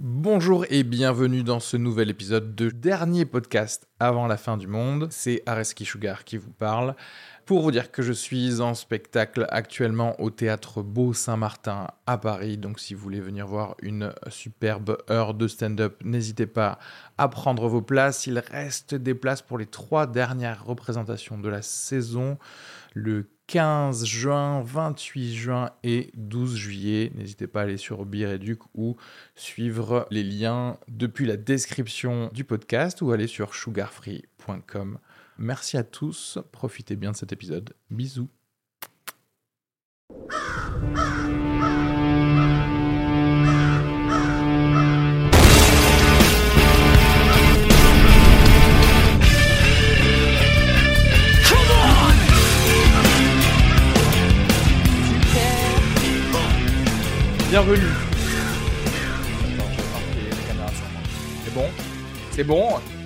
Bonjour et bienvenue dans ce nouvel épisode de dernier podcast avant la fin du monde. C'est Areski Sugar qui vous parle. Pour vous dire que je suis en spectacle actuellement au Théâtre Beau Saint-Martin à Paris. Donc si vous voulez venir voir une superbe heure de stand-up, n'hésitez pas à prendre vos places. Il reste des places pour les 3 dernières représentations de la saison. Le 15 juin, 28 juin et 12 juillet. N'hésitez pas à aller sur Bireduc ou suivre les liens depuis la description du podcast ou aller sur sugarfree.com. Merci à tous, profitez bien de cet épisode. Bisous. Bienvenue. Attends, je vais marquer la caméra sur moi. C'est bon ? C'est bon ?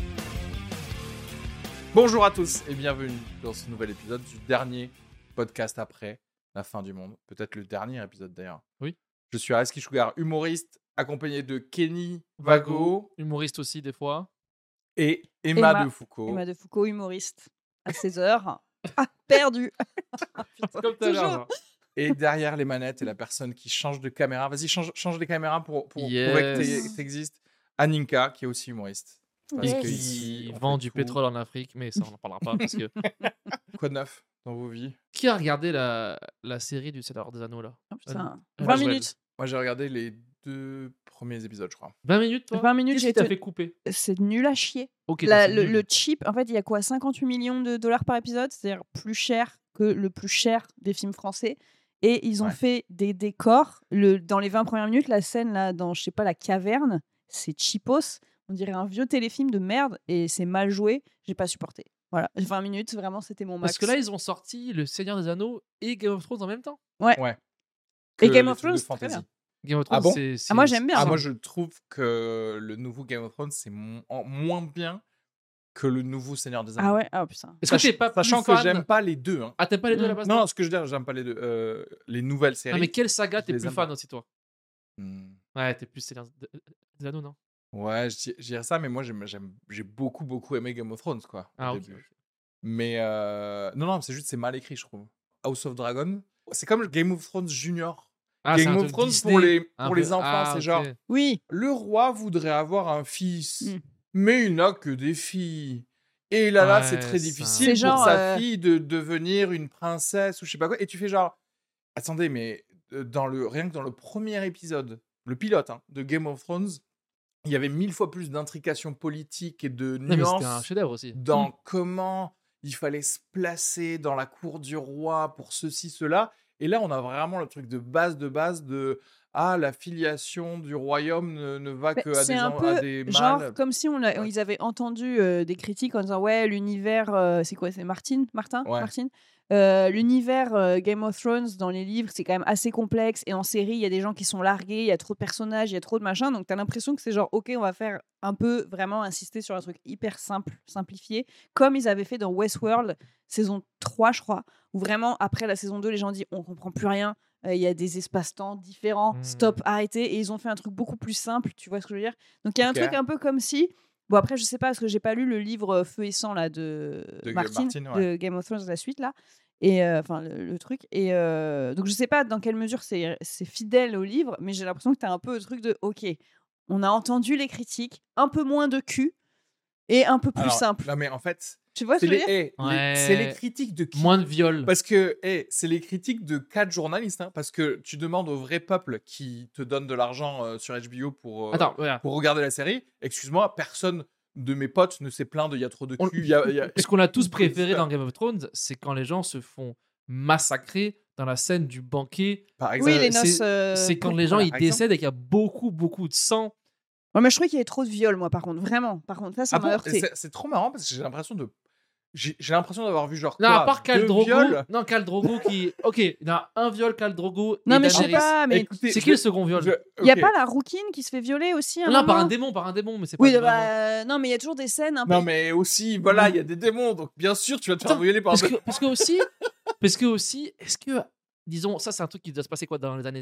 Bonjour à tous et bienvenue dans ce nouvel épisode du dernier podcast après la fin du monde. Peut-être le dernier épisode d'ailleurs. Oui. Je suis Areski Sugar, humoriste, accompagné de Kenny Vago, humoriste aussi des fois. et Emma de Foucault. Emma de Foucault, humoriste. À 16h. Ah, perdu. Putain, Comme tout à l'heure. Et derrière les manettes et la personne qui change de caméra. Vas-y, change les caméras pour Yes. prouver que t'existes. Aninka, qui est aussi humoriste. Parce Yes. que Qui ici, on vend fait du tout. pétrole en Afrique, mais ça on n'en parlera pas parce que. Quoi de neuf dans vos vies ? Qui a regardé la série du Seigneur des Anneaux là Oh, putain. Ouais, 20 Joël. minutes. Moi, j'ai regardé les 2 premiers épisodes, je crois. 20 minutes toi 20 minutes, Qu'est-ce j'ai qui t'a été- fait couper C'est nul à chier. Ok, La- donc c'est le, nul. le cheap, en fait, il y a quoi 58 millions de dollars par épisode, c'est-à-dire plus cher que le plus cher des films français. Et ils ont Ouais. fait des décors. Dans les 20 premières minutes, la scène là, dans, je sais pas, la caverne, c'est cheapos. On dirait un vieux téléfilm de merde et c'est mal joué. J'ai pas supporté. Voilà, 20 minutes, vraiment, c'était mon max. Parce que là ils ont sorti le Seigneur des Anneaux et Game of Thrones en même temps. Ouais. Ouais. Et Que Game les of trucs de Thrones, c'est très fantasy. bien. Game of Thrones Ah bon c'est moi, j'aime bien. Ah, ça. moi, je trouve que le nouveau Game of Thrones, c'est moins bien que le nouveau Seigneur des Anneaux. Ah ouais, ah putain. Est-ce que t'es pas plus Sachant que fan j'aime pas les deux. Hein. Ah t'aimes pas les deux à la base Non, ce que je veux dire, j'aime pas les deux. Les nouvelles séries. Non mais quelle saga je t'es les plus aime fan pas. aussi toi Hmm. Ouais t'es plus Seigneur des Anneaux non Ouais, je dirais ça, mais moi, j'ai beaucoup aimé Game of Thrones, quoi, Ah au ok. début. Mais non, c'est mal écrit, je trouve. House of Dragon, c'est comme Game of Thrones Junior. Ah, c'est Game un of truc Thrones Disney, un pour les peu. enfants, Ah, c'est ok. genre, Oui. le roi voudrait avoir un fils, Mm. mais il n'a que des filles. Et là, c'est Ouais, très ça- difficile C'est pour genre, sa fille de devenir une princesse ou je sais pas quoi. Et tu fais genre, attendez, mais rien que dans le premier épisode, le pilote de Game of Thrones, il y avait 1000 fois plus d'intrications politiques et de Non, mais c'était un nuances chef-d'œuvre aussi. dans comment il fallait se placer dans la cour du roi pour ceci, cela. Et là, on a vraiment le truc de base de la filiation du royaume ne va Bah, que à c'est des, un à peu des genre mâles. comme si Ouais. ils avaient entendu des critiques en disant ouais l'univers c'est quoi, c'est Martin Ouais. l'univers Game of Thrones dans les livres c'est quand même assez complexe et en série il y a des gens qui sont largués, il y a trop de personnages, il y a trop de machins, donc t'as l'impression que c'est genre ok on va faire un peu vraiment insister sur un truc hyper simplifié comme ils avaient fait dans Westworld saison 3 je crois, où vraiment après la saison 2 les gens disent on comprend plus rien. Il y a des espaces-temps différents, stop, arrêtez, et ils ont fait un truc beaucoup plus simple, tu vois ce que je veux dire? Donc il y a un Ok. truc un peu comme si, bon après je sais pas parce que j'ai pas lu le livre Feu et sang là de Martin, ouais. de Game of Thrones la suite là, et enfin le truc, et donc je sais pas dans quelle mesure c'est fidèle au livre, mais j'ai l'impression que t'as un peu le truc de ok, on a entendu les critiques, un peu moins de cul et un peu plus Alors, simple. Non, mais en fait, Tu vois ce c'est que je veux dire? c'est les critiques de qui? Moins de viol. Parce que c'est les critiques de 4 journalistes. Parce que tu demandes au vrai peuple qui te donne de l'argent sur HBO pour Attends, voilà. regarder la série. Excuse-moi, personne de mes potes ne s'est plaint de il y a trop de On- cul. Ce qu'on a tous préféré dans Game of Thrones, c'est quand les gens se font massacrer dans la scène du banquet. Par exemple, Oui, les c'est- noces. C'est quand pour- les gens voilà, ils par exemple. décèdent et qu'il y a beaucoup de sang. Ouais, mais je trouvais qu'il y avait trop de viol, moi, par contre. Vraiment. Par contre, ça Ah m'a bon, heurté. c'est trop marrant parce que j'ai l'impression d'avoir vu genre Non, quoi, à part Khal 2 Drogo. viols. Non, Khal Drogo qui. Ok, il y a un viol, Khal Drogo. Non, et mais je sais Daenerys. pas, mais Écoutez, C'est je qui le vais- second viol il n'y a ok. pas la rouquine qui se fait violer aussi à un Non, par moment un démon, mais c'est Oui, pas. bah, vraiment- non, mais il y a toujours des scènes un peu. Non, mais aussi, voilà, il y a des démons, donc bien sûr, tu vas te faire Attends, violer par Parce que aussi, est-ce que disons, ça, c'est un truc qui doit se passer quoi dans les années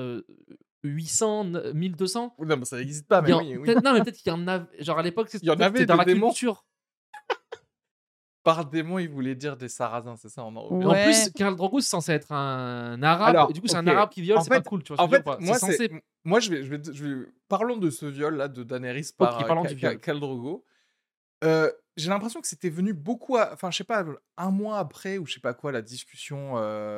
800, 1200. Non, mais ça n'existe pas, Il mais y en- oui, oui. peut-être- non, mais peut-être qu'il y en a. Genre à l'époque, Il y en peut-être avait c'est dans des la démons. culture. Par démon, il voulait dire des sarrasins, c'est ça, on en revient. En Ouais. plus, Khal Drogo, c'est censé être un arabe. Alors, et du coup, c'est ok. un arabe qui viole, En c'est pas fait- cool, tu vois. En ce que je fait, veux dire, moi, c'est censé. moi parlons de ce viol-là de Daenerys par parlons du viol. Khal Drogo. J'ai l'impression que c'était venu beaucoup, enfin, je sais pas, un mois après ou je sais pas quoi, la discussion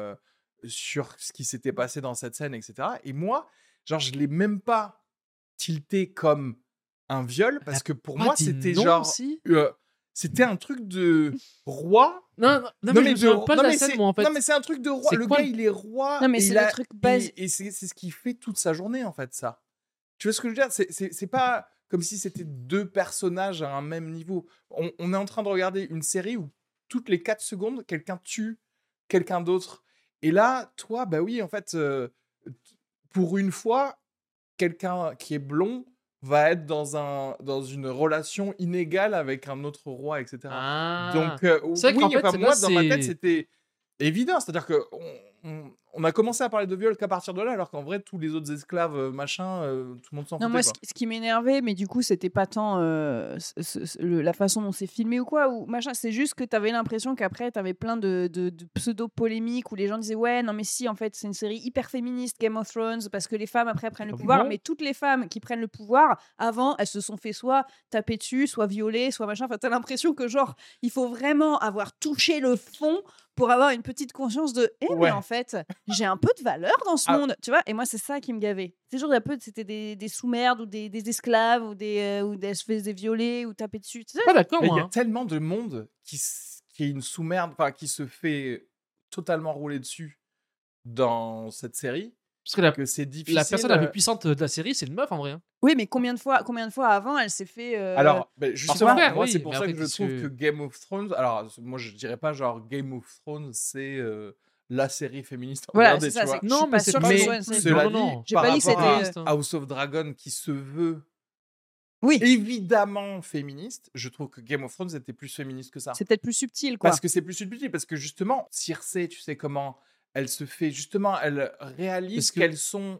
sur ce qui s'était passé dans cette scène, etc. Et moi, genre, je l'ai même pas tilté comme un viol parce que pour Pas moi, dit c'était non, genre, si. c'était un truc de roi. Non, mais je me souviens pas de non, la mais scène, c'est- moi, en fait. non, mais c'est un truc de roi. C'est Le quoi gars, le- il est roi. Non, mais et c'est il le a- truc base. et c'est ce qui fait toute sa journée, en fait, ça. Tu vois ce que je veux dire? C'est pas comme si c'était deux personnages à un même niveau. On est en train de regarder une série où toutes les 4 secondes, quelqu'un tue quelqu'un d'autre. Et là, toi, bah oui, en fait, pour une fois, quelqu'un qui est blond va être dans une relation inégale avec un autre roi, etc. Ah. Donc, C'est vrai oui, qu'en fait, enfin, là, moi, dans ma c'est- tête, c'était évident. C'est-à-dire que on a commencé à parler de viol qu'à partir de là, alors qu'en vrai, tous les autres esclaves, machin, tout le monde s'en Non, foutait. moi, quoi. ce qui m'énervait, mais du coup, c'était pas tant la façon dont c'est filmé ou quoi, ou machin, c'est juste que t'avais l'impression qu'après, t'avais plein de pseudo-polémiques où les gens disaient ouais, non, mais si, en fait, c'est une série hyper féministe, Game of Thrones, parce que les femmes, après, prennent le Ah pouvoir, bon mais toutes les femmes qui prennent le pouvoir, avant, elles se sont fait soit taper dessus, soit violer, soit machin. Enfin, t'as l'impression que, genre, il faut vraiment avoir touché le fond pour avoir une petite conscience de mais Ouais. en fait j'ai un peu de valeur dans ce Ah. monde, tu vois. Et moi c'est ça qui me gavait, c'est toujours c'était des sous-merdes ou des esclaves ou elles se faisaient violer ou taper dessus, tu sais. Pas d'accord, Mais il moi. y a hein. tellement de monde qui est une sous-merde, enfin, qui se fait totalement rouler dessus dans cette série, Parce que la, que c'est difficile. la personne la plus puissante de la série, c'est une meuf en vrai. hein. Oui, mais combien de fois avant elle s'est fait Alors, ben, justement, frère, moi, oui, c'est pour mais ça après, que je qu'est-ce trouve que- que Game of Thrones. Alors, moi, je dirais pas genre Game of Thrones, c'est la série féministe. à voilà, regarder, c'est ça, tu vois. c'est que Non, je suis mais pas c'est sûre pas que mais ce soit une non série. plus- cela non, dit, non. J'ai par pas dit que rapport à c'était- House of Dragon qui se veut Oui, évidemment féministe, je trouve que Game of Thrones était plus féministe que ça. c'est peut-être plus subtil quoi. Parce que c'est plus subtil, parce que justement, Cersei, tu sais comment elle se fait, justement, elle réalise Parce que- quels sont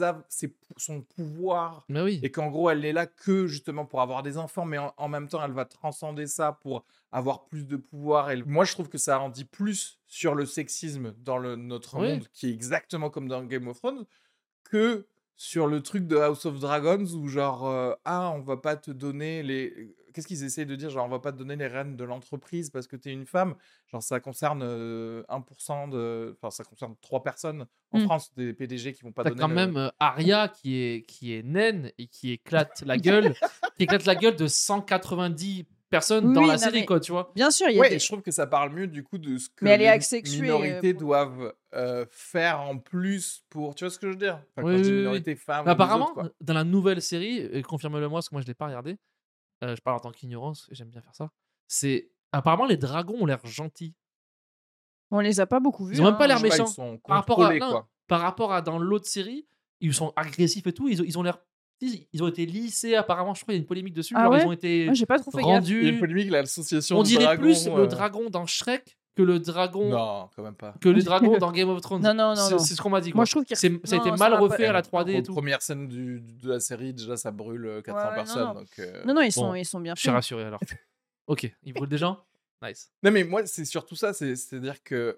son pouvoir, Mais oui. et qu'en gros, elle est là que justement pour avoir des enfants, mais en même temps, elle va transcender ça pour avoir plus de pouvoir. Et moi, je trouve que ça en dit plus sur le sexisme dans notre Oui. monde, qui est exactement comme dans Game of Thrones, que sur le truc de House of Dragons où genre on va pas te donner les qu'est-ce qu'ils essayent de dire, genre on va pas te donner les rênes de l'entreprise parce que t'es une femme, genre ça concerne 1% enfin ça concerne 3 personnes en Mm. France, des PDG qui vont pas T'as donner quand même Arya qui est naine et qui éclate la gueule, de 190 personnes dans Oui, la non, série, mais- quoi, tu vois. Bien sûr, il y a Ouais, des- et je trouve que ça parle mieux du coup de ce que Mais elle est les asexuée, minorités pour- doivent faire en plus pour, tu vois ce que je veux dire, enfin, Oui, quand je dis oui, oui. minorité femmes Mais ou les apparemment, autres, quoi. dans la nouvelle série, et confirme-le moi parce que moi je l'ai pas regardé, je parle en tant qu'ignorance, j'aime bien faire ça. C'est apparemment les dragons ont l'air gentils. on les a pas beaucoup vus. Ils ont même pas l'air Je sais pas, méchants. ils sont Par rapport à contrôlés, non, quoi. par rapport à dans l'autre série, ils sont agressifs et tout. Ils ont l'air, ils ont été lissés apparemment. Je crois qu'il y a une polémique dessus. Ah genre ouais ils ont été Moi j'ai pas trop fait gaffe. Il y a rendus. une polémique, l'association On de dirait dragons, plus le dragon dans Shrek que le dragon Non, quand même pas. que les dragons dans Game of Thrones. Non, non, non, C'est non. c'est ce qu'on m'a dit. Moi Quoi. je trouve qu'il Ça a été non, mal ça m'a refait pas- à la 3D et Aux tout. premières scènes de la série, déjà, ça brûle 400 Ouais, ouais, non, personnes. non. Donc, Non, ils Bon, sont bien Je suis faits. rassuré alors. Ok, ils brûlent des gens. Nice. Non, mais moi, c'est surtout ça. C'est-à-dire que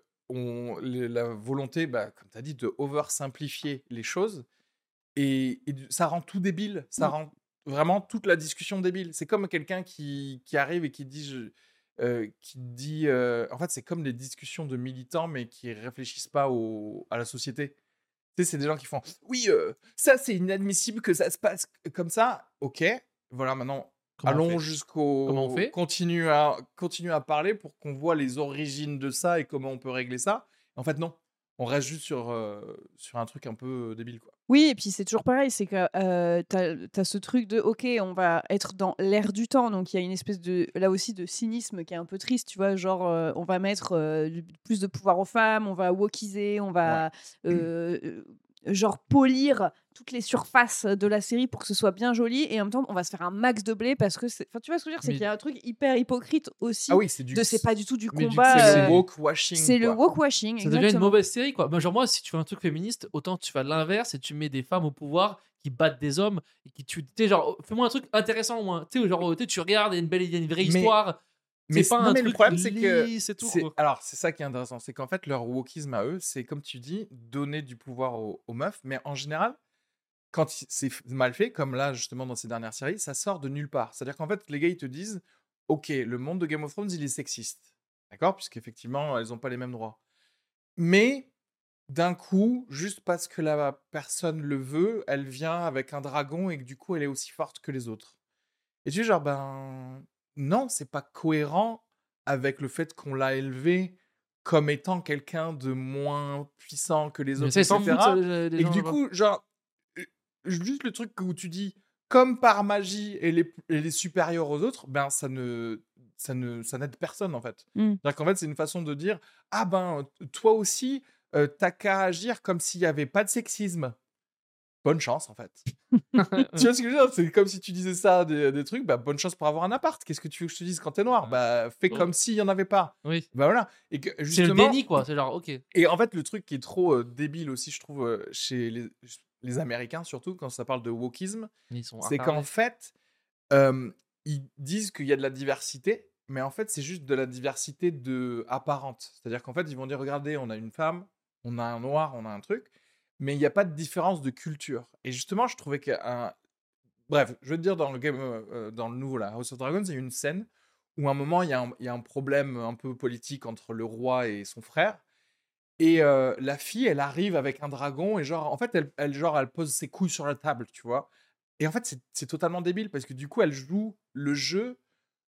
la volonté, bah, comme tu as dit, de over-simplifier les choses. Et ça rend tout débile. Ça rend vraiment toute la discussion débile. C'est comme quelqu'un qui arrive et qui dit... en fait, c'est comme les discussions de militants, mais qui réfléchissent pas à la société. Tu sais, c'est des gens qui font oui, ça c'est inadmissible que ça se passe comme ça. Ok, voilà, maintenant Comment on allons fait jusqu'au. Comment on fait Continue à parler pour qu'on voit les origines de ça et comment on peut régler ça. En fait, non, on reste juste sur un truc un peu débile, quoi. Oui, et puis c'est toujours pareil, c'est que t'as ce truc de ok, on va être dans l'air du temps, donc il y a une espèce de là aussi de cynisme qui est un peu triste, tu vois, genre on va mettre plus de pouvoir aux femmes, on va wokiser, on va genre polir toutes les surfaces de la série pour que ce soit bien joli, et en même temps on va se faire un max de blé parce que c'est... Enfin, tu vois ce que je veux dire, c'est Mais- qu'il y a un truc hyper hypocrite aussi Ah oui, c'est du. de c'est pas du tout du Mais du coup, combat. C'est euh, le woke washing. C'est le quoi. woke-washing, Ça devient une exactement. mauvaise série, quoi. Genre, moi, si tu fais un truc féministe, autant tu fais l'inverse et tu mets des femmes au pouvoir qui battent des hommes et qui tuent. Tu sais, genre, fais-moi un truc intéressant au moins. Tu sais, genre, tu regardes, il y a une vraie Mais- histoire. Mais C'est pas non, un mais truc le problème, c'est que. lisse et tout, c'est- quoi. Alors, c'est ça qui est intéressant. C'est qu'en fait, leur wokisme à eux, c'est comme tu dis, donner du pouvoir aux meufs. Mais en général, quand c'est mal fait, comme là, justement, dans ces dernières séries, ça sort de nulle part. C'est-à-dire qu'en fait, les gars, ils te disent ok, le monde de Game of Thrones, il est sexiste. D'accord? Puisqu'effectivement, elles n'ont pas les mêmes droits. Mais. D'un coup, juste parce que la personne le veut, elle vient avec un dragon et que du coup, elle est aussi forte que les autres. Et tu es genre, ben non, c'est pas cohérent avec le fait qu'on l'a élevé comme étant quelqu'un de moins puissant que les Mais autres, ça, ils s'en etc. foutent, ça, les Et que gens du là-bas. coup, genre, juste le truc où tu dis, comme par magie, elle est supérieure aux autres, ben ça n'aide personne en fait. Mm. C'est-à-dire qu'en fait, c'est une façon de dire, ah ben, toi aussi, t'as qu'à agir comme s'il n'y avait pas de sexisme. Bonne chance en fait. Tu vois ce que je veux dire? C'est comme si tu disais ça des trucs, bah bonne chance pour avoir un appart. Qu'est-ce que tu veux que je te dise quand t'es noir? Bah fais Ouais. comme s'il y en avait pas. Oui. Bah voilà. Et que C'est le justement, déni, quoi. C'est genre, ok. et en fait le truc qui est trop débile aussi, je trouve, chez les Américains surtout quand ça parle de wokisme, Ils sont c'est qu'en incarnés. fait ils disent qu'il y a de la diversité, mais en fait c'est juste de la diversité apparente. C'est-à-dire qu'en fait ils vont dire regardez, on a une femme, on a un noir, on a un truc, mais il n'y a pas de différence de culture. Et justement, je trouvais bref, je veux te dire, dans le nouveau là, House of Dragons, il y a une scène où à un moment, il y a un problème un peu politique entre le roi et son frère. Et la fille, elle arrive avec un dragon et genre, en fait, elle pose ses couilles sur la table, tu vois. Et en fait, c'est totalement débile parce que du coup, elle joue le jeu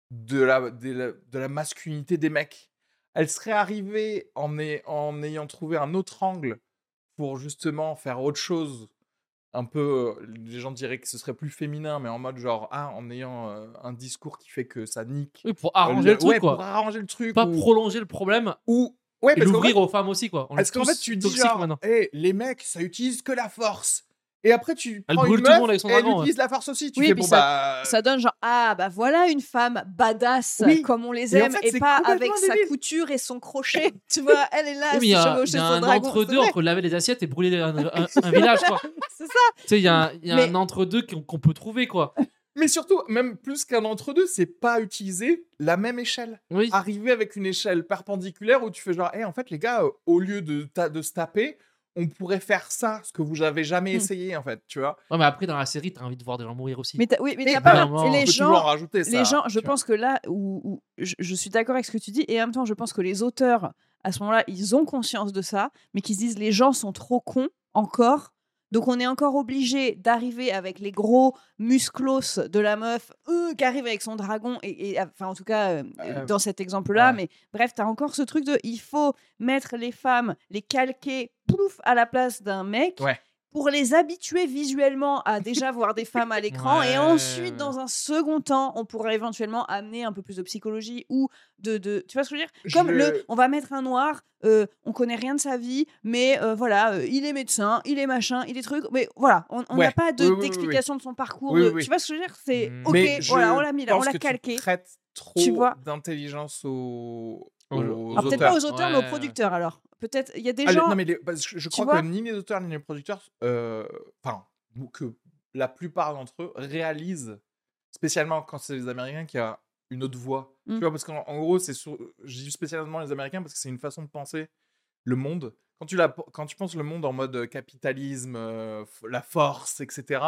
de la masculinité des mecs. Elle serait arrivée en ayant trouvé un autre angle pour justement faire autre chose. Un peu, les gens diraient que ce serait plus féminin, mais en mode genre, en ayant un discours qui fait que ça nique. Oui, pour arranger le truc, Ouais, quoi. pour arranger le truc. Pas prolonger le problème Ouais, et parce qu'en l'ouvrir fait, aux femmes aussi, quoi. On est parce qu'en fait, tous tu dis toxiques genre, maintenant. les mecs, ça utilise que la force. Et après, tu Elle prends brûle une tout le meuf monde avec son et elle dragon, utilise la force aussi. Tu Oui, fais, puis bon, ça donne genre, ah bah voilà une femme badass Oui. comme on les Et en aime, fait, et c'est pas complètement avec sa débile. couture et son crochet. Tu vois, elle est là, Oui, mais il elle y se a, chevauche il y a son un dragon. entre-deux C'est vrai. entre laver les assiettes et brûler un village, quoi. C'est ça. Tu sais, il y a Mais- un entre-deux qu'on peut trouver, quoi. Mais surtout, même plus qu'un entre-deux, c'est pas utiliser la même échelle. Oui. Arriver avec une échelle perpendiculaire où tu fais genre, en fait, les gars, au lieu de se taper, on pourrait faire ça, ce que vous avez jamais essayé, en fait, tu vois. Ouais, mais après, dans la série, t'as envie de voir des gens mourir aussi. Mais oui, mais Et t'as pas. vraiment, Et on les On peut toujours en gens, rajouter ça. les gens, je tu vois. pense que là où je suis d'accord avec ce que tu dis, et en même temps, je pense que les auteurs, à ce moment-là, ils ont conscience de ça, mais qu'ils se disent les gens sont trop cons encore. Donc on est encore obligé d'arriver avec les gros musclos de la meuf qui arrive avec son dragon et enfin en tout cas dans cet exemple-là, ouais. mais bref, t'as encore ce truc de il faut mettre les femmes, les calquer pouf à la place d'un mec. Ouais. Pour les habituer visuellement à déjà voir des femmes à l'écran, et Ouais, ensuite ouais. dans un second temps on pourrait éventuellement amener un peu plus de psychologie ou de tu vois ce que je veux dire, comme on va mettre un noir, on connaît rien de sa vie, mais voilà, il est médecin, il est machin, il est truc, mais voilà, on n'a Ouais. pas Oui. d'explication de son parcours, Oui, oui. tu vois ce que je veux dire, c'est Mm. ok, Mais voilà, on l'a mis là, on pense l'a que calqué. Tu prêtes Tu trop vois. d'intelligence aux Alors peut-être auteurs. pas aux auteurs, mais aux Ouais. producteurs alors. Peut-être il y a des Ah, gens. non, mais parce que je crois vois que ni les auteurs ni les producteurs, enfin, que la plupart d'entre eux réalisent, spécialement quand c'est les Américains, qu'il y a une autre voie. Mm. Tu vois, parce qu'en gros, je dis spécialement les Américains parce que c'est une façon de penser le monde. Quand tu penses le monde en mode capitalisme, la force, etc.,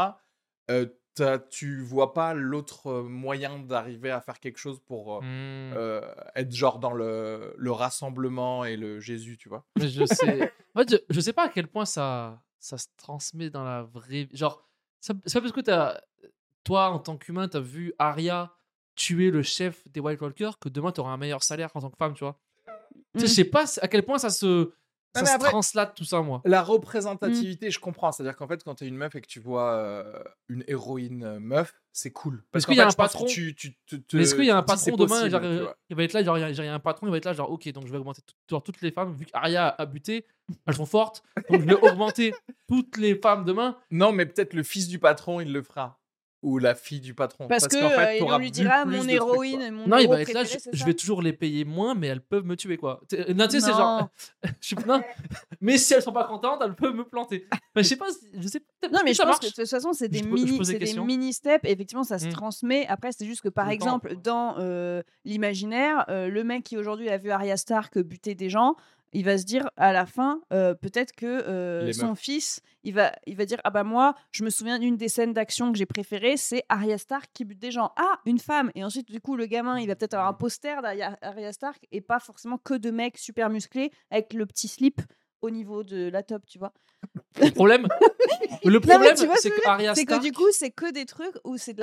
tu vois pas l'autre moyen d'arriver à faire quelque chose pour Mm. être genre dans le rassemblement et le Jésus, tu vois. Mais je sais. En fait, je sais pas à quel point ça se transmet dans la vraie vie. Genre, c'est pas parce que toi, en tant qu'humain, t'as vu Arya tuer le chef des White Walkers que demain, t'auras un meilleur salaire en tant que femme, tu vois. Tu sais, je sais pas à quel point ça se. ça mais se après- translate tout ça, moi. La représentativité, je comprends. C'est-à-dire qu'en fait, quand t'es une meuf et que tu vois une héroïne meuf, c'est cool. Parce Est-ce qu'en qu'il y a fait, un je pense patron que tu Mais est-ce qu'il y a un te dis, c'est patron demain, possible, genre, tu vois. il va être là, genre, il y a un patron, il va être là, genre, ok, donc je vais augmenter toutes les femmes, vu qu'Arya a buté, elles sont fortes, donc je vais augmenter toutes les femmes demain. Non, mais peut-être le fils du patron, il le fera. Ou la fille du patron. Parce que qu'en fait, on t'auras lui vu dira plus mon de trucs, héroïne, quoi. mon Non, il héros va être là, préféré, c'est je ça vais toujours les payer moins, mais elles peuvent me tuer, quoi. Non, tu sais, c'est genre. Non. Non, mais si elles sont pas contentes, elles peuvent me planter. Enfin, je sais pas, je sais peut-être Non, mais que je ça pense que marche. de toute façon, c'est des Je mini, pose des c'est des questions. mini-steps. Et effectivement, ça se Mm. transmet. Après, c'est juste que, par Le temps, exemple, quoi. dans l'imaginaire, le mec qui aujourd'hui a vu Arya Stark buter des gens, il va se dire à la fin, peut-être que Les son meufs. fils, il va dire ah bah moi, je me souviens d'une des scènes d'action que j'ai préférées, c'est Arya Stark qui bute des gens. Ah, une femme. Et ensuite, du coup, le gamin, il va peut-être avoir un poster d'Arya Stark et pas forcément que de mecs super musclés avec le petit slip au niveau de la top, tu vois. Le problème, Non, mais tu vois c'est que Arya C'est que Stark. du coup, c'est que des trucs où c'est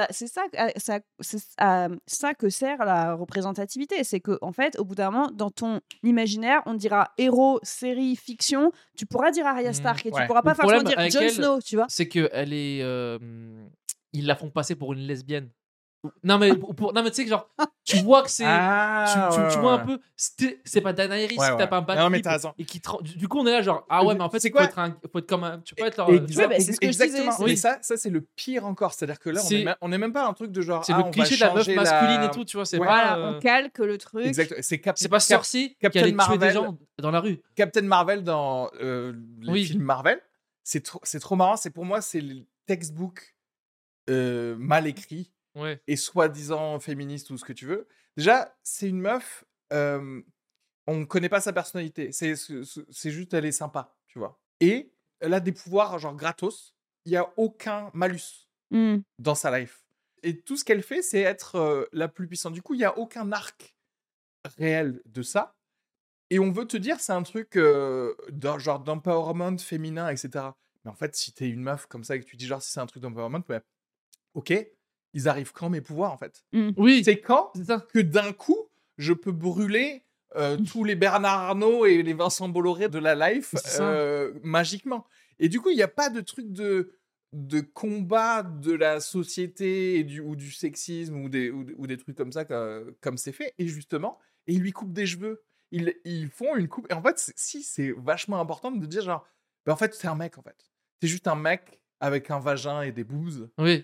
ça que sert la représentativité. C'est que en fait, au bout d'un moment, dans ton imaginaire, on dira héros, série, fiction. Tu pourras dire Arya Stark et tu ouais. pourras pas Le forcément problème dire avec Jon elle, Snow, tu vois. c'est que elle est. Ils la font passer pour une lesbienne. Non, mais, non, mais tu sais que genre, tu vois que c'est. Tu vois un peu. C'est pas Daenerys Ouais, qui tape ouais. un bad Non, mais flip t'as raison. et qui du coup, on est là, genre, ah ouais, mais en fait, C'est il quoi faut être comme un. Tu peux pas être leur. Ouais, bah, c'est ce que je disais, Exactement. c'est- Mais Oui. ça c'est le pire encore. C'est-à-dire que là, on est même pas un truc de genre. C'est ah, le on cliché de va la meuf changer masculine et tout, tu vois. C'est Ouais. pas. Voilà, on calque le truc. Exact. C'est pas Cersei qui Captain allait tuer des Marvel. gens dans la rue. Captain Marvel dans les Oui. films Marvel, c'est trop marrant. Pour moi, c'est le textbook mal écrit Ouais. et soi-disant féministe ou ce que tu veux. Déjà, c'est une meuf, on connaît pas sa personnalité. C'est juste, elle est sympa, tu vois. Et elle a des pouvoirs genre gratos. Il y a aucun malus Mm. dans sa life. Et tout ce qu'elle fait, c'est être la plus puissante. Du coup, il y a aucun arc réel de ça. Et on veut te dire, c'est un truc genre d'empowerment féminin, etc. Mais en fait, si t'es une meuf comme ça et que tu dis genre si c'est un truc d'empowerment, bah, ok, ils arrivent quand mes pouvoirs en fait. Oui. C'est quand C'est ça. que d'un coup, je peux brûler tous les Bernard Arnault et les Vincent Bolloré de la life C'est ça. magiquement. Et du coup, il n'y a pas de truc de combat de la société ou du sexisme ou des trucs comme ça comme c'est fait. Et justement, ils lui coupent des cheveux. Ils font une coupe. Et en fait, c'est vachement important de dire genre, bah, en fait, t'es un mec en fait. T'es juste un mec avec un vagin et des boobs. Oui.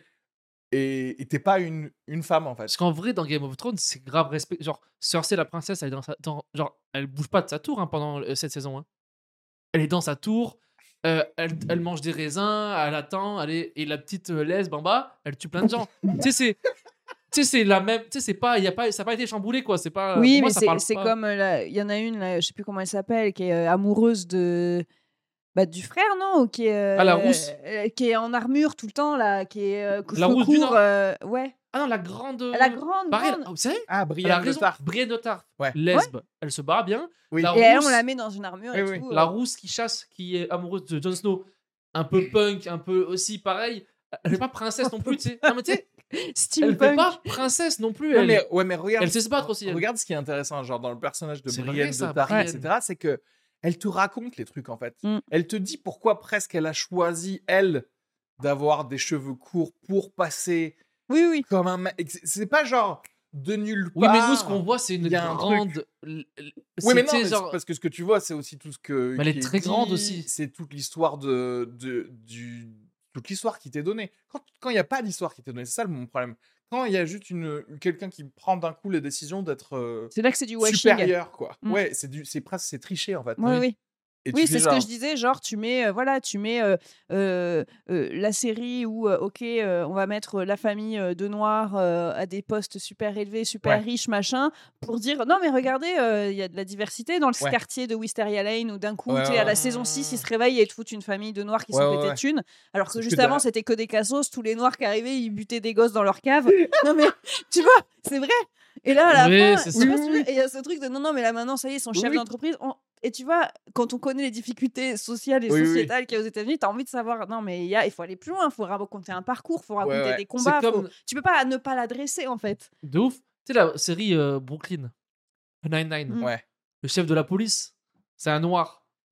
Et t'es pas une femme en fait. Parce qu'en vrai, dans Game of Thrones, c'est grave respect. Genre, Cersei, la princesse, elle est genre, elle bouge pas de sa tour hein, pendant cette saison. Hein. Elle est dans sa tour, elle mange des raisins, elle attend, et la petite lesbe en bas, elle tue plein de gens. Tu sais, c'est la même. Tu sais, c'est pas, ça n'a pas été chamboulé, quoi. C'est pas. Oui, pour moi, mais ça parle c'est pas. comme il y en a une, là, je sais plus comment elle s'appelle, qui est amoureuse de du frère, non? Ou qui est Ah, la rousse. qui est en armure tout le temps là, qui est La rousse du Nord. ouais. Ah non, la grande. La grande. Pareil, grande. vous savez, Ah, elle a Brienne de raison. Tarth. Brienne de Tarth. Ouais. Lesbe, elle se bat bien. Oui. La Et elle, rousse, on la met dans une armure et Oui, oui. tout. la rousse qui chasse, qui est amoureuse de Jon Snow, un peu punk, un peu aussi pareil. Elle n'est pas princesse non plus, tu sais. Non, mais tu sais, elle fait Steampunk. pas princesse non plus. Non, Elle, mais regarde. elle sait se battre aussi. Elle. Regarde ce qui est intéressant, genre dans le personnage de C'est Brienne vrai, ça, de Tarth, Brienne. etc. C'est que elle te raconte les trucs en fait. Mm. Elle te dit pourquoi presque elle a choisi elle d'avoir des cheveux courts pour passer Oui, oui. comme un mec. C'est pas genre de nulle part. Oui, mais nous, ce qu'on voit, c'est une il y a un grande. Oui, mais non, c'est mais genre. c'est parce que ce que tu vois, c'est aussi tout ce que. Mais elle est qui très dit, grande aussi. C'est toute l'histoire toute l'histoire qui t'est donnée. Quand il n'y a pas d'histoire qui t'est donnée, c'est ça mon problème. Quand il y a juste quelqu'un qui prend d'un coup les décisions d'être C'est là que c'est du washing. supérieur, quoi. Mm. Ouais, c'est presque c'est triché en fait. Oui, oui. Et tu Oui, fais c'est ce que genre- je disais, genre tu mets la série où on va mettre la famille de noirs à des postes super élevés, super Ouais. riches, machin, pour dire non mais regardez, il y a de la diversité dans le Ouais. quartier de Wisteria Lane où d'un coup, Ouais, tu sais, ouais, à la ouais. saison 6, ils se réveillent et ils te foutent une famille de noirs qui Ouais, sont ouais, pétés ouais. de thunes, alors que Sauf juste que avant derrière- c'était que des cassos, tous les noirs qui arrivaient, ils butaient des gosses dans leur cave. Non mais tu vois, c'est vrai. Et là, à la Oui, fin, c'est tu ça. vois ce que je veux dire, et il y a ce truc de non, mais là maintenant, ça y est, ils sont Oui, chefs oui. d'entreprise. Et tu vois, quand on connaît les difficultés sociales et Oui, oui, sociétales qu'il y a aux États-Unis, tu as envie de savoir, non, mais il faut aller plus loin, il faut raconter un parcours, il faut raconter ouais. des combats. C'est comme. Tu peux pas ne pas l'adresser, en fait. De ouf. Tu sais, la série Brooklyn Nine-Nine. Mm. Ouais. Le chef de la police, c'est un noir.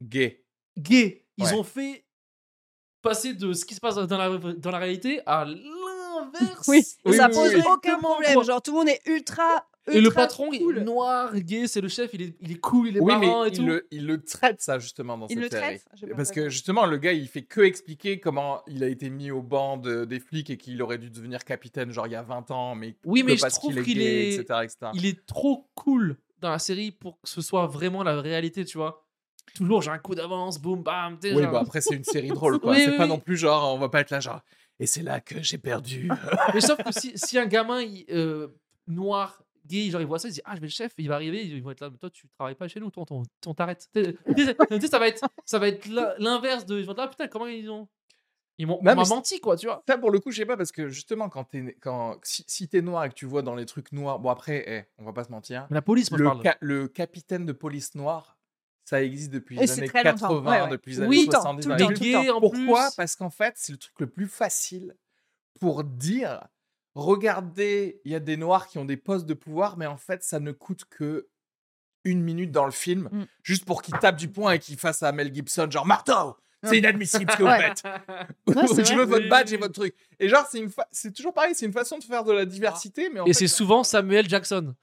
Gay. gay. Ils Ouais. ont fait passer de ce qui se passe dans la réalité à l'inverse. Oui, et Oui, ça oui, pose oui. aucun Exactement, problème. quoi. Genre, tout le monde est ultra Et le patron, cool. il est noir, gay, c'est le chef, il est cool, il est Oui, mais marrant et tout. il le traite ça justement dans Il cette le série. traite J'ai pas Parce fait que attention. justement, le gars, il fait que expliquer comment il a été mis au banc des flics et qu'il aurait dû devenir capitaine genre il y a 20 ans, mais Oui, que mais je parce trouve qu'il est qu'il gay, est... etc., etc. il est trop cool dans la série pour que ce soit vraiment la réalité, tu vois. Toujours, j'ai un coup d'avance, boum, bam, t'es Oui, genre... bah après, c'est une série drôle, quoi. Oui, C'est oui, pas oui. non plus genre, on va pas être là, genre, et c'est là que j'ai perdu. Mais sauf que si un gamin noir, gay, genre il voit ça, il se dit ah je vais le chef, il va arriver, ils vont être là, mais toi tu travailles pas chez nous, toi on t'arrête. Tu sais, ça va être l'inverse de ils vont être là putain comment on Non, m'a mais menti quoi, tu vois. ça, pour le coup, je sais pas, parce que justement, si t'es noir et que tu vois dans les trucs noirs, bon, après, on va pas se mentir, Mais la police, moi je parle. le capitaine de police noir, ça existe depuis Et les c'est années très longtemps. 80, Ouais, ouais. depuis les Oui, années tout le temps, 70. tout le dans temps, les Mais tout trucs. le temps. gay en Pourquoi plus. Parce qu'en fait, c'est le truc le plus facile pour dire regardez, il y a des noirs qui ont des postes de pouvoir, mais en fait, ça ne coûte que 1 minute dans le film, Mm. juste pour qu'il tape du poing et qu'il fasse à Mel Gibson, genre marteau, c'est inadmissible ce que vous Ouais. faites. Ouais, c'est Je vrai. veux votre Oui, badge oui. et votre truc. Et genre, c'est toujours pareil, c'est une façon de faire de la diversité, mais en Et fait, c'est souvent Samuel Jackson.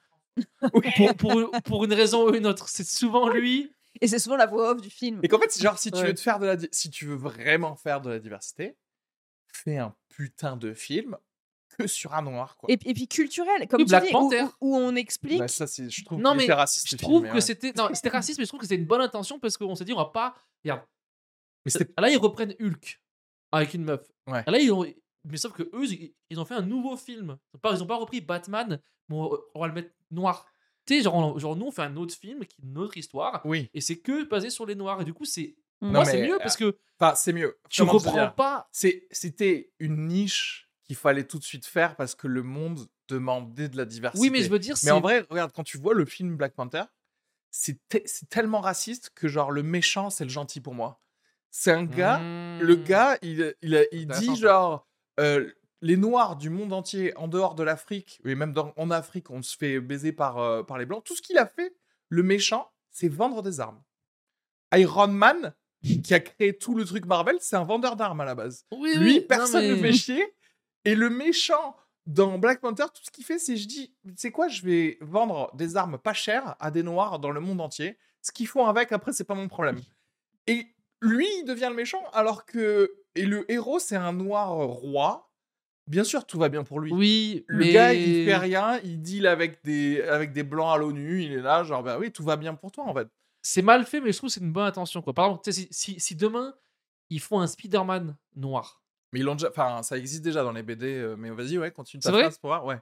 Pour une raison ou une autre, c'est souvent lui. Et c'est souvent la voix off du film. Et qu'en fait, genre, si tu Ouais. veux si tu veux vraiment faire de la diversité, fais un putain de film que sur un noir, quoi. Et puis culturel, comme Oui, tu Black dis, Panther. où on explique. Bah, ça, je trouve Non qu'il mais était raciste. je ce trouve film, mais que ouais. c'était raciste, mais je trouve que c'était une bonne intention parce qu'on s'est dit on va pas. Regarde, Mais c'était là ils reprennent Hulk avec une meuf. Ouais. Là mais sauf que eux ils ont fait un nouveau film. Ils ont pas repris Batman, mais on va le mettre noir. Tu sais genre nous on fait un autre film qui est une autre histoire oui. et c'est que basé sur les noirs et du coup c'est Non, moi mais, c'est mieux parce que Enfin, c'est mieux. tu Comment te reprends dire pas. C'était une niche qu'il fallait tout de suite faire parce que le monde demandait de la diversité. Oui mais je veux dire Mais en vrai, regarde, quand tu vois le film Black Panther, c'est tellement raciste que genre le méchant, c'est le gentil pour moi. C'est un gars, le gars, il Intéressant, dit ça. genre, les Noirs du monde entier, en dehors de l'Afrique, et même en Afrique, on se fait baiser par les Blancs. Tout ce qu'il a fait, le méchant, c'est vendre des armes. Iron Man, qui a créé tout le truc Marvel, c'est un vendeur d'armes à la base. Oui, Lui, oui, personne ne non, le mais- fait chier. Et le méchant, dans Black Panther, tout ce qu'il fait, c'est je dis, tu sais quoi, je vais vendre des armes pas chères à des Noirs dans le monde entier. Ce qu'ils font avec, après, c'est pas mon problème. Et lui, il devient le méchant, alors que... Et le héros, c'est un Noir roi. Bien sûr, tout va bien pour lui. Oui, Le mais gars, il fait rien, il deal avec des Blancs à l'ONU, il est là, genre, bah oui, tout va bien pour toi, en fait. c'est mal fait, mais je trouve que c'est une bonne intention. Quoi. Par exemple, tu sais, si demain, ils font un Spider-Man noir. Mais ils l'ont déjà... Enfin, ça existe déjà dans les BD, mais vas-y, ouais, continue ta C'est vrai phrase pour voir, ouais.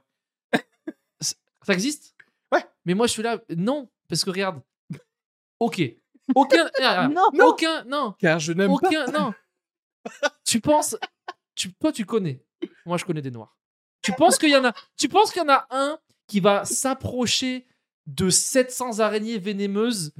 Ça existe Ouais. Mais moi, je suis là. Non, parce que regarde. Ok. Aucun. Non. Aucun. Non. Car je n'aime pas... Aucun. Non. Tu penses. Toi, tu connais. Moi, je connais des noirs. Tu penses qu'il y en a un qui va s'approcher de 700 araignées vénémeuses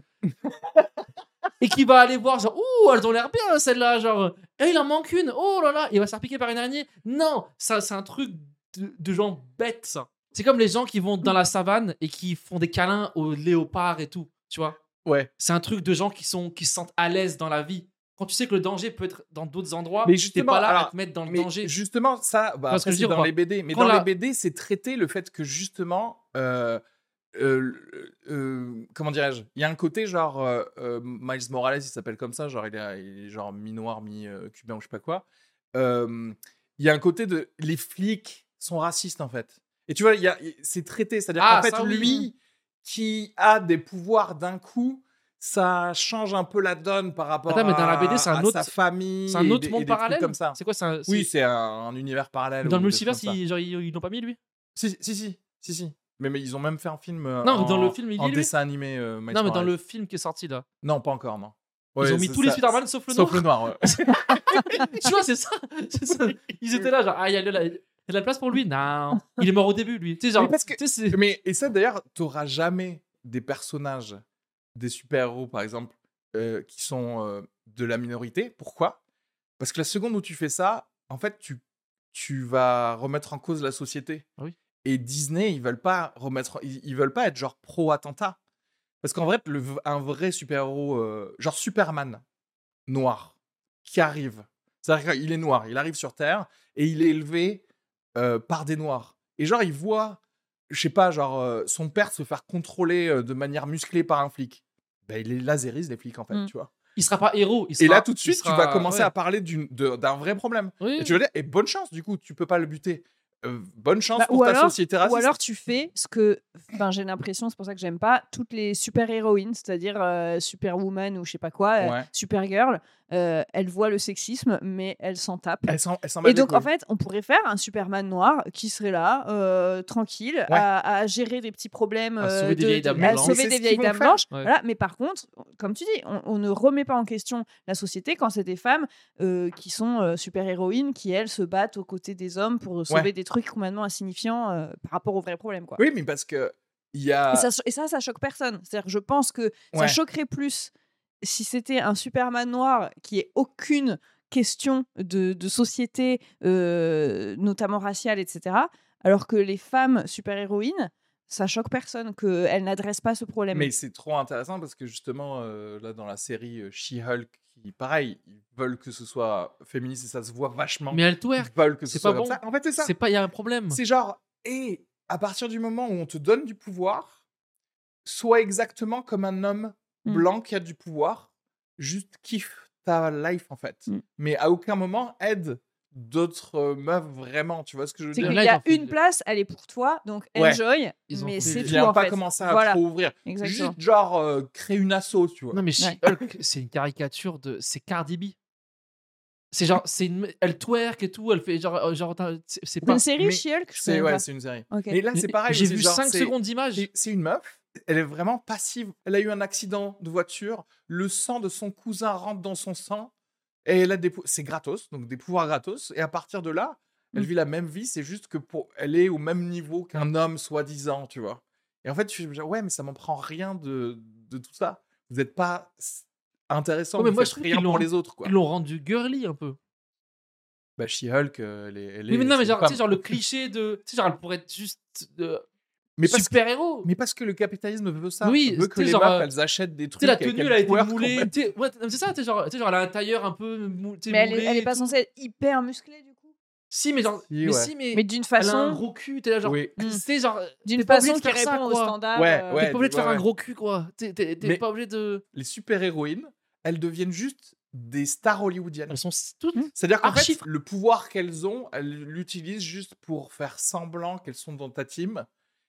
et qui va aller voir genre ouh elles ont l'air bien celles-là genre il en manque une oh là là il va se faire piquer par une araignée. Non, ça c'est un truc de gens bêtes ça. C'est comme les gens qui vont dans la savane et qui font des câlins aux léopards et tout, tu vois. Ouais. C'est un truc de gens qui se sentent à l'aise dans la vie. Quand tu sais que le danger peut être dans d'autres endroits, Mais t'es justement, pas là alors, à te mettre dans le Mais danger. justement, ça, bah, Parce que après, je c'est veux dire, dans bah, les BD. Mais quand dans la- les BD, c'est traité le fait que justement, comment dirais-je, il y a un côté genre Miles Morales, il s'appelle comme ça, genre il est genre mi-noir, mi-cubain ou je sais pas quoi. Il y a un côté de les flics sont racistes en fait. Et tu vois, c'est traité, c'est-à-dire Ah, qu'en fait ça, oui. lui qui a des pouvoirs d'un coup, ça change un peu la donne par rapport Attends, mais dans la BD, c'est un à autre- sa famille. C'est un autre et monde des trucs parallèle comme ça. C'est quoi ça Oui, c'est un univers parallèle. Dans le ou des trucs multivers, comme ça. ils l'ont pas mis lui. Si. Mais ils ont même fait un film Non, dans le film, il y en est, lui dessin animé. Miles Non, mais dans Morales. le film qui est sorti là. Non, pas encore, non. Ils Ouais, ont mis c'est tous les ça- Spider-Man sauf le Sauf noir. le noir, ouais. Tu vois, c'est ça. Ils étaient là, genre, ah, il y a de la place pour lui. Non, il est mort au début, lui. Tu sais, genre, Mais parce que- tu sais, c'est- Mais, et ça, d'ailleurs, t'auras jamais des personnages, des super-héros, par exemple, qui sont de la minorité. Pourquoi ? Parce que la seconde où tu fais ça, en fait, tu vas remettre en cause la société. Ah oui. Et Disney, ils veulent pas être genre pro-attentat. Parce qu'en vrai, un vrai super-héros, genre Superman, noir, qui arrive. C'est-à-dire qu'il est noir, il arrive sur Terre et il est élevé par des noirs. Et genre, il voit, je sais pas, genre, son père se faire contrôler de manière musclée par un flic. Ben, il les lasérise, les flics, en fait, tu vois. Il sera pas héros. Et là, tout de suite, tu vas commencer à parler d'un vrai problème. Oui. Et tu vas dire, et bonne chance, du coup, tu peux pas le buter. Bonne chance pour ta société raciste. Ou alors tu fais ce que, j'ai l'impression, c'est pour ça que j'aime pas toutes les super-héroïnes, c'est-à-dire Superwoman ou je sais pas quoi, Supergirl, elles voient le sexisme, mais elles s'en tapent. Elles s'en Et donc, en fait, on pourrait faire un Superman noir qui serait là, tranquille, à gérer des petits problèmes, à sauver des vieilles dames blanches. Sauver des vieilles dames blanches. Voilà. Mais par contre, comme tu dis, on ne remet pas en question la société quand c'est des femmes qui sont super-héroïnes, qui, elles, se battent aux côtés des hommes pour sauver des trucs complètement insignifiants par rapport aux vrais problèmes, quoi. Oui, mais parce que il y a... Et ça choque personne. C'est-à-dire que je pense que ça choquerait plus si c'était un Superman noir qui ait aucune question de société, notamment raciale, etc. Alors que les femmes super-héroïnes, ça choque personne qu'elles n'adressent pas ce problème. Mais c'est trop intéressant parce que justement, là, dans la série She-Hulk, pareil, ils veulent que ce soit féministe et ça se voit vachement. Mais elle twerk. Ils veulent que ce soit comme ça. En fait, c'est ça. Il y a un problème. C'est genre, et à partir du moment où on te donne du pouvoir, sois exactement comme un homme blanc qui a du pouvoir, juste kiffe ta life, en fait. Mais à aucun moment aide d'autres meufs vraiment, tu vois ce que je veux dire? C'est qu'il y a une place, elle est pour toi, donc enjoy, mais c'est tout, en fait. Ils pas commencé à trop ouvrir. Exactement. Juste genre créer une asso, tu vois. Non mais She-Hulk, c'est une caricature de... C'est Cardi B. C'est genre, elle twerk et tout, elle fait genre c'est pas... une série She-Hulk? C'est une série. Okay. Mais là, c'est pareil. J'ai vu 5 secondes d'image. C'est une meuf, elle est vraiment passive. Elle a eu un accident de voiture, le sang de son cousin rentre dans son sang, et elle a c'est gratos, donc des pouvoirs gratos, et à partir de là, elle vit la même vie, c'est juste que elle est au même niveau qu'un homme soi-disant, tu vois. Et en fait, je me dis, ouais, mais ça m'en prend rien de tout ça. Vous n'êtes pas intéressant, mais vous moi, faites je trouve rien pour les autres, quoi. Ils l'ont rendu girly un peu. Bah, She-Hulk, elle est... Mais non, mais genre, tu sais, genre le cliché de... Tu sais, genre, elle pourrait être juste super-héros. Mais parce que le capitalisme veut ça. Oui, veut que les meufs, elles achètent des trucs. Tu sais, la tenue, elle a été moulée. Ouais, c'est ça, tu sais, genre, elle a un tailleur un peu moulé. Mais elle est pas censée être hyper musclée, du coup. Si, mais genre... Mais d'une façon... Elle a un gros cul, t'es là, genre... C'est genre... D'une façon qui répond au standard. T'es pas obligé de faire un gros cul, quoi. T'es pas obligé de... Les super-héroïnes, elles deviennent juste des stars hollywoodiennes. Elles sont toutes... C'est-à-dire qu'en fait, le pouvoir qu'elles ont, elles l'utilisent juste pour faire semblant qu'elles sont dans ta team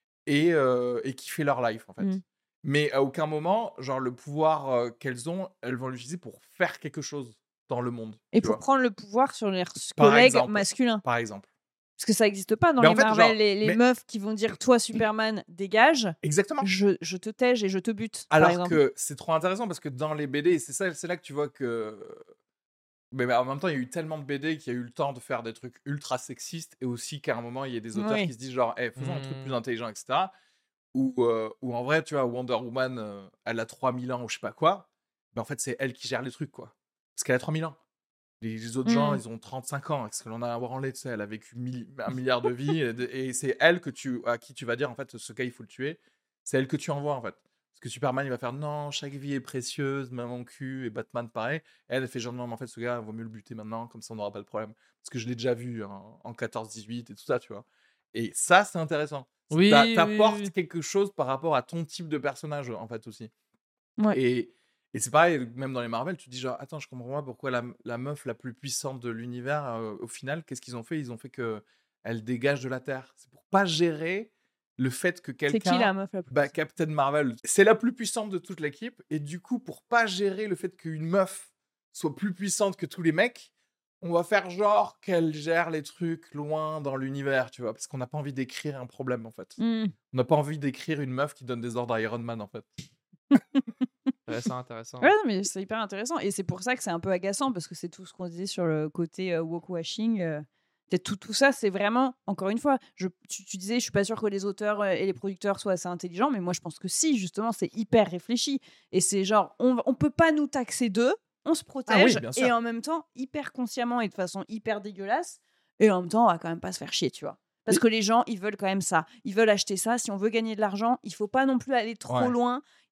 et kiffer leur life, en fait. Mais à aucun moment, genre, le pouvoir qu'elles ont, elles vont l'utiliser pour faire quelque chose dans le monde. Et pour prendre le pouvoir sur leurs collègues masculins. Par exemple. Parce que ça n'existe pas dans les Marvel, les meufs qui vont dire « Toi, Superman, dégage. Exactement. Je te tège et je te bute. » Alors que c'est trop intéressant parce que dans les BD, c'est là que tu vois que... Mais en même temps, il y a eu tellement de BD qu'il y a eu le temps de faire des trucs ultra sexistes et aussi qu'à un moment, il y a des auteurs qui se disent genre hey, faisons un truc plus intelligent, etc. Ou en vrai, tu vois, Wonder Woman, elle a 3000 ans ou je sais pas quoi. Mais en fait, c'est elle qui gère les trucs, quoi. Parce qu'elle a 3000 ans. Les autres gens, ils ont 35 ans. Parce qu'elle en a branlé, tu sais, elle a vécu 1 milliard de vies. Et c'est elle à qui tu vas dire, en fait, ce gars, il faut le tuer. C'est elle que tu envoies, en fait. Parce que Superman, il va faire non, chaque vie est précieuse, même mon cul, et Batman, pareil. Elle fait genre non, mais en fait, ce gars, il vaut mieux le buter maintenant, comme ça, on n'aura pas de problème. Parce que je l'ai déjà vu en 14-18 et tout ça, tu vois. Et ça, c'est intéressant. Oui, t'apportes quelque chose par rapport à ton type de personnage, en fait, aussi. Ouais. Et c'est pareil, même dans les Marvel, tu te dis genre, attends, je comprends pas pourquoi la meuf la plus puissante de l'univers, au final, qu'est-ce qu'ils ont fait? Ils ont fait qu'elle dégage de la Terre. C'est pour pas gérer le fait que quelqu'un... C'est qui la meuf la plus puissante? Captain Marvel, c'est la plus puissante de toute l'équipe. Et du coup, pour pas gérer le fait qu'une meuf soit plus puissante que tous les mecs, on va faire genre qu'elle gère les trucs loin dans l'univers, tu vois, parce qu'on n'a pas envie d'écrire un problème, en fait. On n'a pas envie d'écrire une meuf qui donne des ordres à Iron Man, en fait. Intéressant. Ouais, mais c'est hyper intéressant. Et c'est pour ça que c'est un peu agaçant, parce que c'est tout ce qu'on disait sur le côté woke-washing. Tout ça, c'est vraiment, encore une fois, tu disais, je suis pas sûre que les auteurs et les producteurs soient assez intelligents, mais moi, je pense que si, justement, c'est hyper réfléchi. Et c'est genre, on peut pas nous taxer d'eux, on se protège, et en même temps, hyper consciemment et de façon hyper dégueulasse, et en même temps, on va quand même pas se faire chier, tu vois. Parce que les gens, ils veulent quand même ça. Ils veulent acheter ça. Si on veut gagner de l'argent, il faut pas non plus aller trop loin.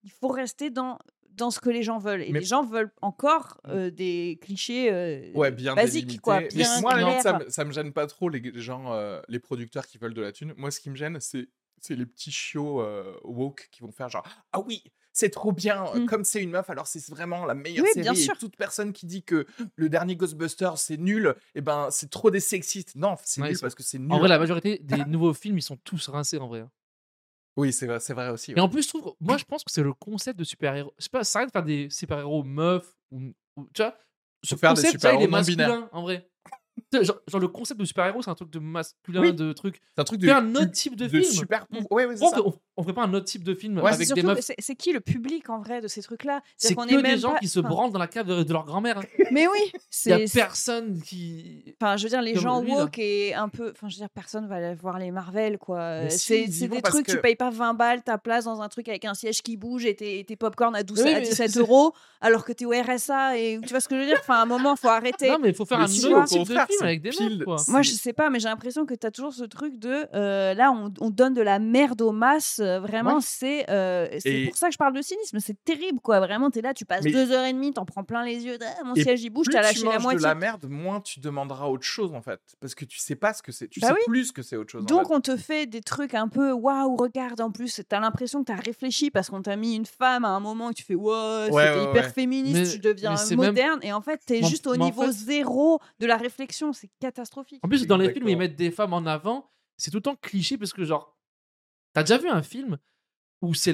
il faut rester dans ce que les gens veulent. Et Mais- les gens veulent encore des clichés bien basiques, quoi. délimité. Mais Bien moi, à la limite, clairs. ça me gêne pas trop les gens, les producteurs qui veulent de la thune. Moi, ce qui me gêne, c'est les petits chiots woke qui vont faire genre ah oui, c'est trop bien, comme c'est une meuf, alors c'est vraiment la meilleure Oui, série. bien Et sûr. toute personne qui dit que le dernier Ghostbusters c'est nul, et ben c'est trop des sexistes. Non, c'est Ouais, nul ils sont- parce que c'est nul. En vrai, la majorité des nouveaux films, ils sont tous rincés en vrai. Hein. Oui, c'est vrai aussi. Et Ouais. en plus, moi, je pense que c'est le concept de super-héros. Je sais pas, ça arrête de faire des super-héros meufs ou tu vois. Ce Faut faire des concept, ça, il est super-héros non binaires. masculin en vrai. Tu sais, genre, le concept de super-héros, c'est un truc de masculin, Oui. de truc. C'est un truc Fais un autre type de film. super pouvoir. Ouais, c'est Pourquoi ça. on ferait pas un autre type de film Ouais, C'est avec des surtout meufs? que c'est qui le public en vrai de ces trucs-là? C'est C'est-à-dire que qu'on est des même gens pas- qui se enfin, branlent dans la cave de leur grand-mère. Hein. Mais oui, Il y a c'est. personne qui. Enfin, je veux dire, les Comme gens lui, là. woke et un peu. Enfin, je veux dire, personne va aller voir les Marvel, quoi. Mais si, C'est ils y vont des parce trucs, que- tu payes pas 20 balles ta place dans un truc avec un siège qui bouge et tes popcorn à, 12, Oui, à mais 17 c'est- euros alors que t'es au RSA. Et tu vois ce que je veux dire? Enfin, à un moment, faut arrêter. Non, mais il faut faire Mais un si, autre au type de contraire, film c'est avec des pile- meufs, quoi. Moi, je sais pas, mais j'ai l'impression que t'as toujours ce truc de là, on donne de la merde aux masses. Vraiment, Ouais. c'est Et- pour ça que je parle de cynisme. C'est terrible, quoi. Vraiment, t'es là, tu passes Mais- 2h30, t'en prends plein les yeux. Ah, mon Et siège, il bouge, plus t'as tu lâché la manges moitié. de la merde, moins tu demanderas autre chose en fait, parce que tu sais pas ce que c'est. Tu Bah sais oui. plus ce que c'est autre chose. en Donc fait. on te fait des trucs un peu waouh, regarde, en plus t'as l'impression que t'as réfléchi parce qu'on t'a mis une femme à un moment et tu fais ouais, Ouais, c'était ouais, hyper ouais. féministe, Mais- tu deviens mais c'est même- moderne et en fait t'es Mais en- juste au mais en niveau fait- zéro de la réflexion, c'est catastrophique. En plus, dans les films où ils Exactement. mettent des femmes en avant, c'est tout le temps cliché parce que, genre, t'as déjà vu un film où c'est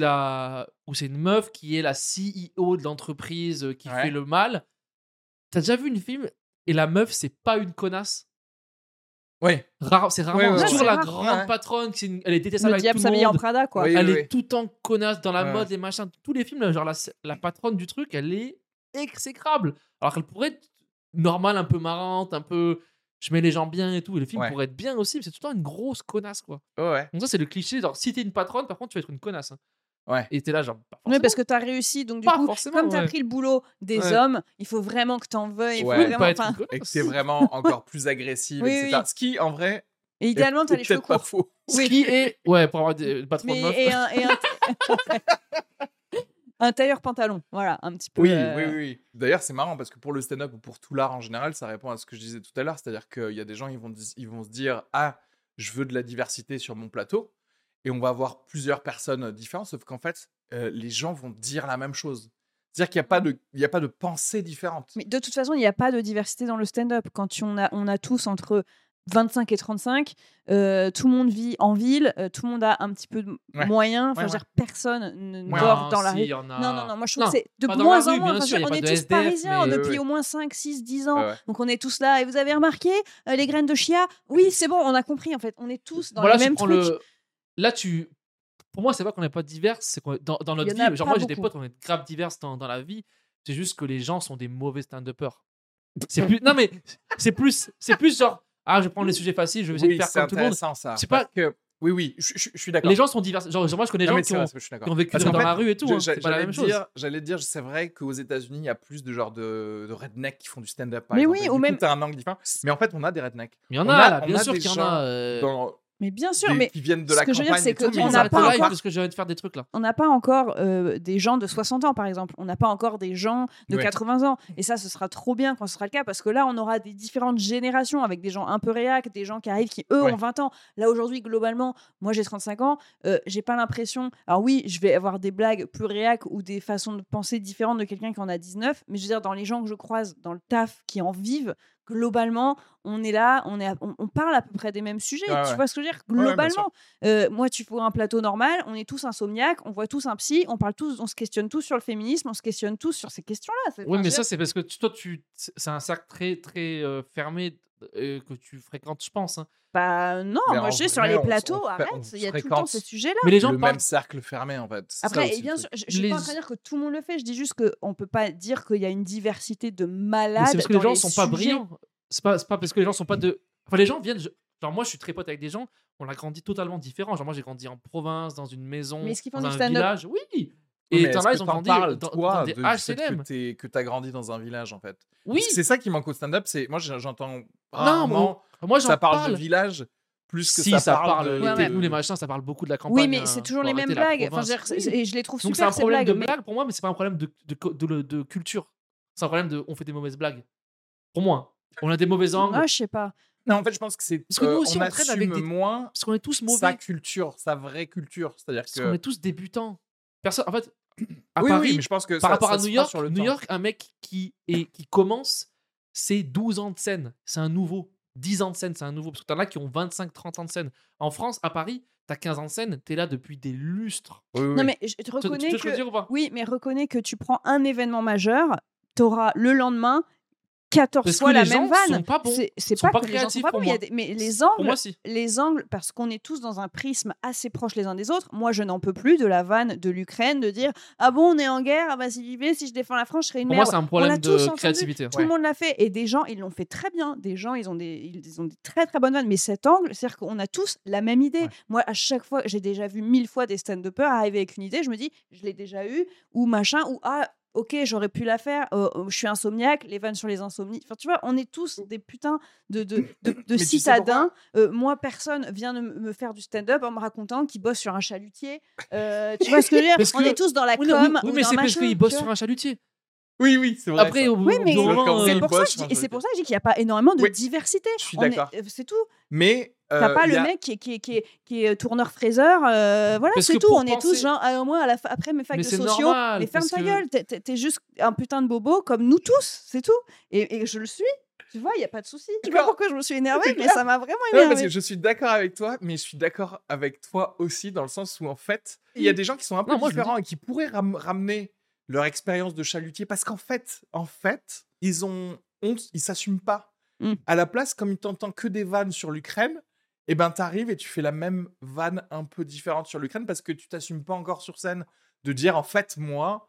une meuf qui est la CEO de l'entreprise qui Ouais. fait le mal. T'as déjà vu une film et la meuf, c'est pas une connasse. Ouais. C'est rarement. Ouais, ouais, c'est ouais. toujours C'est la rare. grande Ouais. patronne, elle est détestable Le avec diable tout le s'habille en monde. Prada, quoi. Oui, Elle oui, est oui. tout le temps connasse dans la Ouais. mode et machin. Tous les films, genre la patronne du truc, elle est exécrable. Alors qu'elle pourrait être normale, un peu marrante, un peu. Je mets les gens bien et tout. Et le film Ouais. pourrait être bien aussi, mais c'est tout le temps une grosse connasse, quoi. Ouais. Donc ça, c'est le cliché. Genre, si t'es une patronne, par contre, tu vas être une connasse. Hein. Ouais. Et t'es là, genre, pas Oui, forcément. parce que t'as réussi, donc du Pas coup, forcément, comme t'as ouais. pris le boulot des Ouais. hommes, il faut vraiment que t'en veuilles. Il faut Ouais. Tu peux vraiment, pas être enfin, une connasse. Et que c'est vraiment encore plus agressif, Oui, etc. oui. Ce qui, en vrai, Et idéalement, t'as est les cheveux peut-être pas courts. faux. Ce Oui. qui est. Ouais, pour avoir pas trop de Mais, meufs. un tailleur pantalon, voilà, un petit peu. Oui. D'ailleurs, c'est marrant parce que pour le stand-up ou pour tout l'art en général, ça répond à ce que je disais tout à l'heure. C'est-à-dire qu'il y a des gens, ils vont se dire ah, je veux de la diversité sur mon plateau. Et on va avoir plusieurs personnes différentes, sauf qu'en fait, les gens vont dire la même chose. C'est-à-dire qu'il n'y a pas de pensée différente. Mais de toute façon, il n'y a pas de diversité dans le stand-up. Quand on a tous entre 25 et 35, tout le monde vit en ville, tout le monde a un petit peu de Ouais. moyens. Enfin, Ouais, je veux dire, personne ne Ouais. dort dans la si, rue. y en a... Non, moi je trouve Non, que c'est de pas dans moins la rue, en moins. bien Enfin, sûr, y a on pas est de tous SDF, parisiens mais- depuis Ouais. au moins 5, 6, 10 ans. Ouais. Donc on est tous là. Et vous avez remarqué les graines de chia? Oui, c'est bon, on a compris en fait. On est tous dans Voilà, les je mêmes prends trucs. Là, pour moi, c'est pas qu'on n'est pas divers, c'est qu'on dans notre Il y en a vie. Genre, pas moi, j'ai des beaucoup. potes, on est grave divers dans la vie. C'est juste que les gens sont des mauvais stand-uppers. C'est plus. Non, mais c'est plus genre, ah, je vais prendre les sujets faciles, je vais essayer Oui, de faire c'est comme tout le monde. intéressant ça. C'est pas- Parce que oui, je suis d'accord. Les gens sont divers. Genre, moi, je connais des Non, gens mais qui c'est vrai, ont, je suis qui d'accord. ont vécu Parce dans qu'en la fait, rue et tout. hein, c'est pas la même chose. J'allais te dire, c'est vrai qu'aux États-Unis, il y a plus de genre de rednecks qui font du stand-up. Par Mais exemple. oui, Et ou du même- coup, t'as un angle différent. Mais en fait, on a des rednecks. Mais il y en on a, a- là, on bien a sûr des qu'il y en gens a. Mais bien sûr, mais qui viennent de ce la que je veux dire, campagne c'est et que tout, mais on ils n'a arrêtent pas de live encore- parce que j'ai envie de faire des trucs là. on n'a pas encore des gens de 60 ans, par exemple. On n'a pas encore des gens de Ouais. 80 ans. Et ça, ce sera trop bien quand ce sera le cas, parce que là, on aura des différentes générations avec des gens un peu réac, des gens qui arrivent qui, eux, Ouais. ont 20 ans. Là, aujourd'hui, globalement, moi, j'ai 35 ans. J'ai pas l'impression... Alors oui, je vais avoir des blagues plus réac ou des façons de penser différentes de quelqu'un qui en a 19. Mais je veux dire, dans les gens que je croise dans le taf qui en vivent, globalement, on est là, on parle à peu près des mêmes sujets. Ouais, Tu ouais. vois ce que je veux dire? Ouais, bien Globalement. Moi, tu fais un plateau normal, on est tous insomniaques, on voit tous un psy, on se questionne tous sur le féminisme, on se questionne tous sur ces questions-là. Oui, mais ça, c'est parce que toi, c'est un cercle très, très fermé que tu fréquentes, je pense. Hein. Bah non, Mais moi en je sais, sur vrai, les on plateaux, on arrête, il y a tout le temps fréquente ces sujets-là. Mais les gens le parlent. même cercle fermé en fait. C'est ça Après, aussi et le bien truc. sûr, je suis pas en train de dire que tout le monde le fait, je dis juste qu'on peut pas dire qu'il y a une diversité de malades. Mais c'est parce que les dans gens sont pas sujets. brillants. C'est pas parce que les gens sont pas de. Enfin, les gens viennent. Genre, moi, je suis très pote avec des gens. On a grandi totalement différent. Genre, moi, j'ai grandi en province, dans une maison, Mais est-ce qu'ils font dans du un stand-up? village. Oui. Oui, Et mais t'en est-ce as, que ils ont t'en grandi parles, dans toi, des du fait HLM. que t'as grandi dans un village en fait. Oui. C'est ça qui manque au stand-up. C'est moi j'entends Non, rarement moi, que j'en ça parle parle. de village. plus que Si, ça ça parle parle, de... les Ouais, technos, ouais. les machins, ça parle beaucoup de la campagne. Oui, mais c'est toujours faut les mêmes arrêter la blagues. Enfin, province. je veux dire, et je les trouve Donc c'est un super ces problème blagues. de Mais blague pour moi, mais c'est pas un problème de culture. C'est un problème de on fait des mauvaises blagues. Pour moi, on a des mauvais angles. ah, je sais pas. Non, en fait, je pense que c'est... Parce que nous aussi, on on traîne avec assume des- moins Parce qu'on est tous sa mauvais. culture, sa vraie culture. C'est-à-dire Parce que... qu'on est tous débutants. Personne. En fait, à oui, Paris, oui, mais je pense que par rapport à se New fera York, sur le New temps. York, un mec qui commence, c'est 12 ans de scène. C'est un nouveau. 10 ans de scène, c'est un nouveau. Parce que t'en as qui ont 25-30 ans de scène. En France, à Paris, t'as 15 ans de scène, t'es là depuis des lustres. Oui, oui. Non, mais je te Tu reconnais vois ce que je veux que. dire ou pas? Oui, mais reconnais que tu prends un événement majeur, t'auras le lendemain 14 Parce fois que la les même gens vanne. sont pas bons. C'est Sont pas pas que les gens sont créatifs pas pour bons. Il y a moi. mais les Pour moi, angles, si. parce qu'on est tous dans un prisme assez proche les uns des autres. Moi, je n'en peux plus de la vanne de l'Ukraine, de dire ah bon, on est en guerre, ah bah si j'y vais, si je défends la France, je serai une Pour moi, merde. c'est un On l'a problème tous de entendu. créativité. Tout le monde l'a fait et des gens ils l'ont fait très bien. Des gens ils ont des très très bonnes vannes. Mais cet angle, c'est-à-dire qu'on a tous la même idée. Ouais. Moi, à chaque fois, j'ai déjà vu 1000 fois des stand-uppers arriver avec une idée. Je me dis, je l'ai déjà eu ou machin ou ah. Ok, j'aurais pu la faire. Je suis insomniaque, les vannes sur les insomnies. Enfin, tu vois, on est tous des putains de Mais tu sais citadins. Moi, personne vient de me faire du stand-up en me racontant qu'il bosse sur un chalutier. Tu vois ce que je veux dire? Parce On que- est tous dans la Oui, com. oui, ou mais dans c'est parce machin, qu'il bosse tu sur vois. un chalutier. Oui, oui, c'est vrai. Après, ça. au bout Oui, mais d'un moment, c'est il pour ça bosse que je sur un dis, et c'est jeu pour ça que je dis qu'il n'y a pas énormément de Oui, diversité. je suis On est- d'accord. C'est tout. Mais T'as pas il y le a- mec qui est tourneur-fraiseur. Voilà, Parce c'est que tout. pour On est tous penser- genre, moi, après mes facs Mais de c'est sociaux, normal, mais ferme parce ta que- gueule. T'es juste un putain de bobo comme nous tous, c'est tout. Et je le suis. Tu vois, il n'y a pas de souci. Je sais pas D'accord. pourquoi je me suis énervée, C'est mais clair. ça m'a vraiment Ouais, parce énervée. que je suis d'accord avec toi, mais je suis d'accord avec toi aussi dans le sens où en fait, il y a des gens qui sont un peu Non, moi, je me différents et qui pourraient ramener leur expérience de chalutier parce qu'en fait, ils ont honte, ils s'assument pas. Mm. À la place, comme ils t'entendent que des vannes sur l'Ukraine, eh ben t'arrives et tu fais la même vanne un peu différente sur l'Ukraine parce que tu t'assumes pas encore sur scène de dire en fait moi.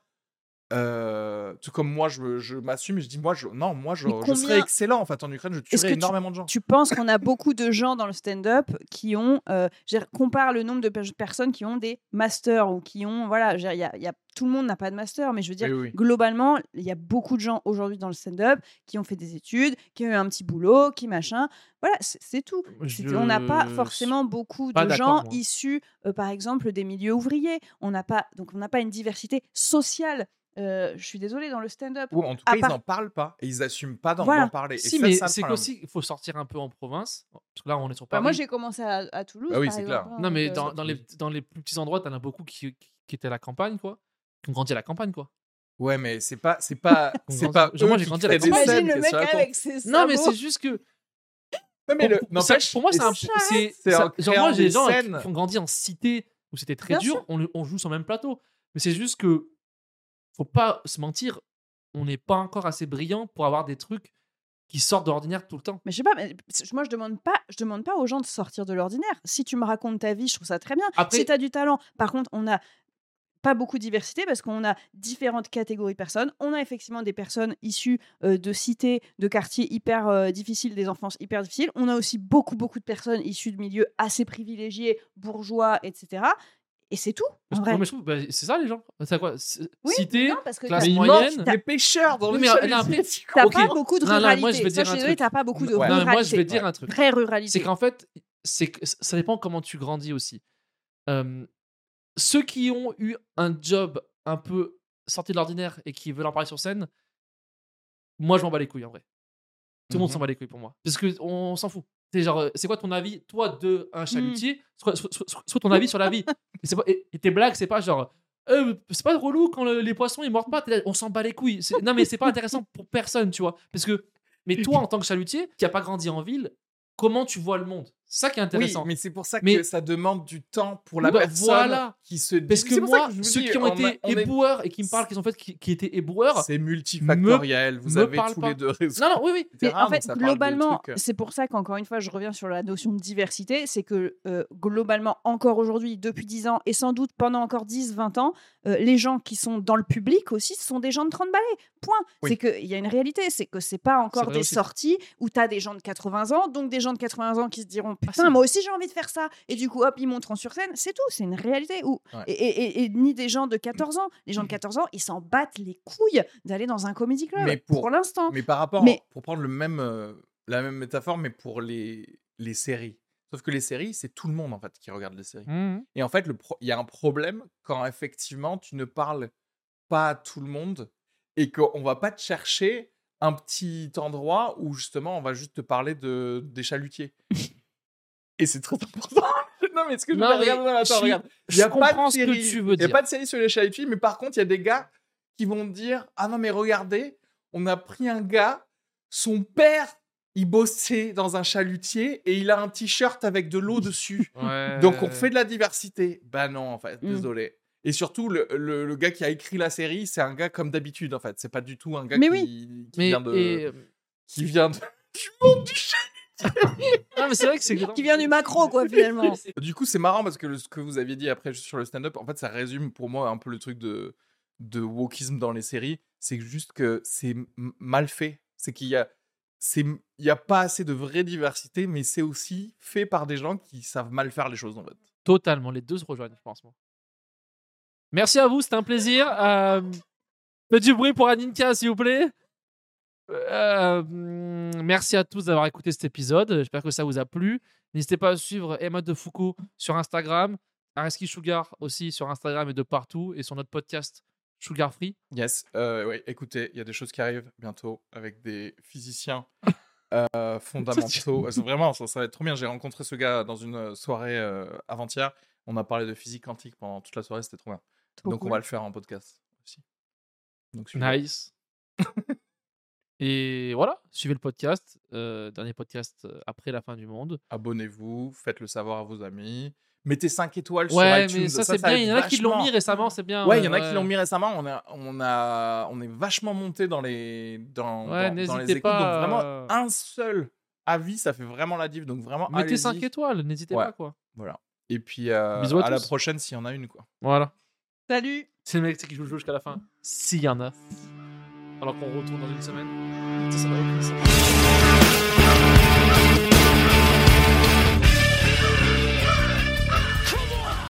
Tout comme moi, je m'assume et je dis moi, je combien- serais excellent en fait en Ukraine, je Est-ce tuerais que énormément de gens. Tu penses qu'on a beaucoup de gens dans le stand-up qui ont, compare le nombre de personnes qui ont des masters ou qui ont, voilà, il y a tout le monde n'a pas de master, mais je veux dire, Oui, oui. globalement, il y a beaucoup de gens aujourd'hui dans le stand-up qui ont fait des études, qui ont eu un petit boulot, qui machin. Voilà, c'est tout. On n'a pas forcément beaucoup pas de d'accord, gens moi. issus, par exemple, des milieux ouvriers. On n'a pas une diversité sociale. Je suis désolée, dans le stand-up. Ou en tout À cas, ils part- n'en parlent pas et ils n'assument pas Voilà. d'en parler. Si, et mais ça, le c'est problème. qu'aussi, il faut sortir un peu en province. Parce que là, on est sur Bah, Paris. moi, j'ai commencé à Toulouse. Bah oui, par c'est exemple, clair. hein, Non, mais donc, dans les plus petits endroits, t'en as beaucoup qui étaient à la campagne, quoi. Qui ont grandi à la campagne, quoi. Ouais, mais c'est pas Genre, moi, eux j'ai qui grandi à la créent des campagne. scènes, Imagine le qu'est-ce mec que ça avec ses sabots. Non, mais c'est juste que. Non, mais Pour moi, c'est un. c'est ça- en genre, créant moi, j'ai des des gens scènes. qui ont grandi en cité où c'était très Bien dur. sûr. On joue sur le même plateau. Mais c'est juste que. Faut pas se mentir. On n'est pas encore assez brillant pour avoir des trucs qui sortent de l'ordinaire tout le temps. Mais je sais pas, moi je demande pas aux gens de sortir de l'ordinaire. Si tu me racontes ta vie, je trouve ça très bien. Après- Si tu as du talent, par contre, on a pas beaucoup de diversité parce qu'on a différentes catégories de personnes. On a effectivement des personnes issues de cités, de quartiers hyper difficiles, des enfances hyper difficiles. On a aussi beaucoup de personnes issues de milieux assez privilégiés, bourgeois, etc. Et c'est tout, en vrai. Non, mais je trouve, bah, c'est ça les gens. C'est quoi Oui, cité, non, parce que classe t'as- moyenne. Des pêcheurs dans Oui, le mais chalutier. non, après, T'as ok. pas beaucoup de Non, non, ruralité. moi, je vais Ça, dire un désolée, truc. t'as pas beaucoup de Ouais. Non, ruralité. mais moi, je vais dire un truc. Vraie ruralité. C'est qu'en fait, ça dépend comment tu grandis aussi. Ceux qui ont eu un job un peu sorti de l'ordinaire et qui veulent en parler sur scène, moi, je m'en bats les couilles en vrai. Tout le monde s'en bat les couilles pour moi. Parce qu'on s'en fout. C'est genre, c'est quoi ton avis, toi, de un chalutier soit ton avis sur la vie. Et tes blagues, c'est pas genre. C'est pas relou quand les poissons ils mordent pas. T'es là, on s'en bat les couilles. Non, mais c'est pas intéressant pour personne, tu vois. Parce que. Mais toi, en tant que chalutier, qui a pas grandi en ville, comment tu vois le monde? C'est ça qui est Oui, intéressant. mais c'est pour ça que Mais- ça demande du temps pour la Bah, personne voilà. qui se dit. Parce que C'est pour ça moi, je vous ceux dis, qui ont été on est- éboueurs et qui me parlent qu'ils ont fait qui étaient éboueurs. C'est multifactoriel. Vous me avez parle tous pas. les deux raison. Non, non, oui, oui. Mais etc., en donc fait, ça parle de globalement, trucs, c'est pour ça qu'encore une fois, je reviens sur la notion de diversité, c'est que globalement, encore aujourd'hui, depuis 10 ans, et sans doute pendant encore 10, 20 ans, les gens qui sont dans le public aussi, ce sont des gens de 30 balais. Point. Oui. C'est qu'il y a une réalité, c'est que c'est pas encore C'est vrai des aussi. sorties où tu as des gens de 80 ans, donc des gens de 80 ans qui se diront putain, si. moi aussi j'ai envie de faire ça. Et du coup, hop, ils monteront sur scène. C'est tout, c'est une réalité. Ouais. Et ni des gens de 14 ans. Les gens de 14 ans, ils s'en battent les couilles d'aller dans un comedy club. Mais pour l'instant. Mais par rapport, Mais- pour prendre la même métaphore, mais pour les séries. Sauf que les séries, c'est tout le monde en fait qui regarde les séries. Mhm. Et en fait, il y a un problème quand effectivement tu ne parles pas à tout le monde et qu'on va pas te chercher un petit endroit où justement on va juste te parler des chalutiers. Et c'est très important. Non, mais ce que je veux Non, dire, mais regarde, attends, regarde. Il y Je a pas de comprends ce que série. tu veux Il n'y a dire. pas de série sur les chalutiers, mais par contre, il y a des gars qui vont dire ah non, mais regardez, on a pris un gars, son père, il bossait dans un chalutier et il a un t-shirt avec de l'eau dessus. Ouais. Donc on fait de la diversité. Bah non, en fait, Mm. désolé. Et surtout, le gars qui a écrit la série, c'est un gars comme d'habitude, en fait. C'est pas du tout un gars Mais qui Mais vient de... et, Qui vient de... du monde du non, mais c'est vrai que c'est Qui vient du macro, quoi, finalement. Du coup, c'est marrant parce que ce que vous aviez dit après sur le stand-up, en fait, ça résume pour moi un peu le truc de wokisme dans les séries. C'est juste que c'est mal fait. C'est qu'il y a... Il y a pas assez de vraie diversité, mais c'est aussi fait par des gens qui savent mal faire les choses, en fait. Totalement, les deux se rejoignent, je pense. Moi. Merci à vous, c'était un plaisir. Petit bruit pour Aninka, s'il vous plaît. Merci à tous d'avoir écouté cet épisode. J'espère que ça vous a plu. N'hésitez pas à suivre Emma de Foucault sur Instagram, Areski Sugar aussi sur Instagram et de partout, et sur notre podcast Sugar Free. Yes, ouais, écoutez, il y a des choses qui arrivent bientôt avec des physiciens fondamentaux. Vraiment, ça va être trop bien. J'ai rencontré ce gars dans une soirée avant-hier. On a parlé de physique quantique pendant toute la soirée, c'était trop bien. Trop Donc cool. on va le faire en podcast aussi. Donc, suivez. Nice. Et voilà, suivez le podcast. Dernier podcast après la fin du monde. Abonnez-vous, faites-le savoir à vos amis. Mettez 5 étoiles sur Ouais, iTunes. mais ça c'est bien. aide Il y en a qui l'ont vachement. mis récemment, c'est bien. Ouais, il y en a qui l'ont mis récemment. On est vachement monté dans les dans les n'hésitez écoutes. pas, Donc vraiment un seul avis, ça fait vraiment la diff. Donc vraiment Mettez allez-y. 5 étoiles, n'hésitez Ouais. pas quoi. Voilà. Et puis Bisous à à la tous. prochaine s'il y en a une quoi. Voilà. Salut. C'est le mec qui joue le jeu jusqu'à la fin. S'il y en a. Alors qu'on retourne dans une semaine. Ça va aucun sens.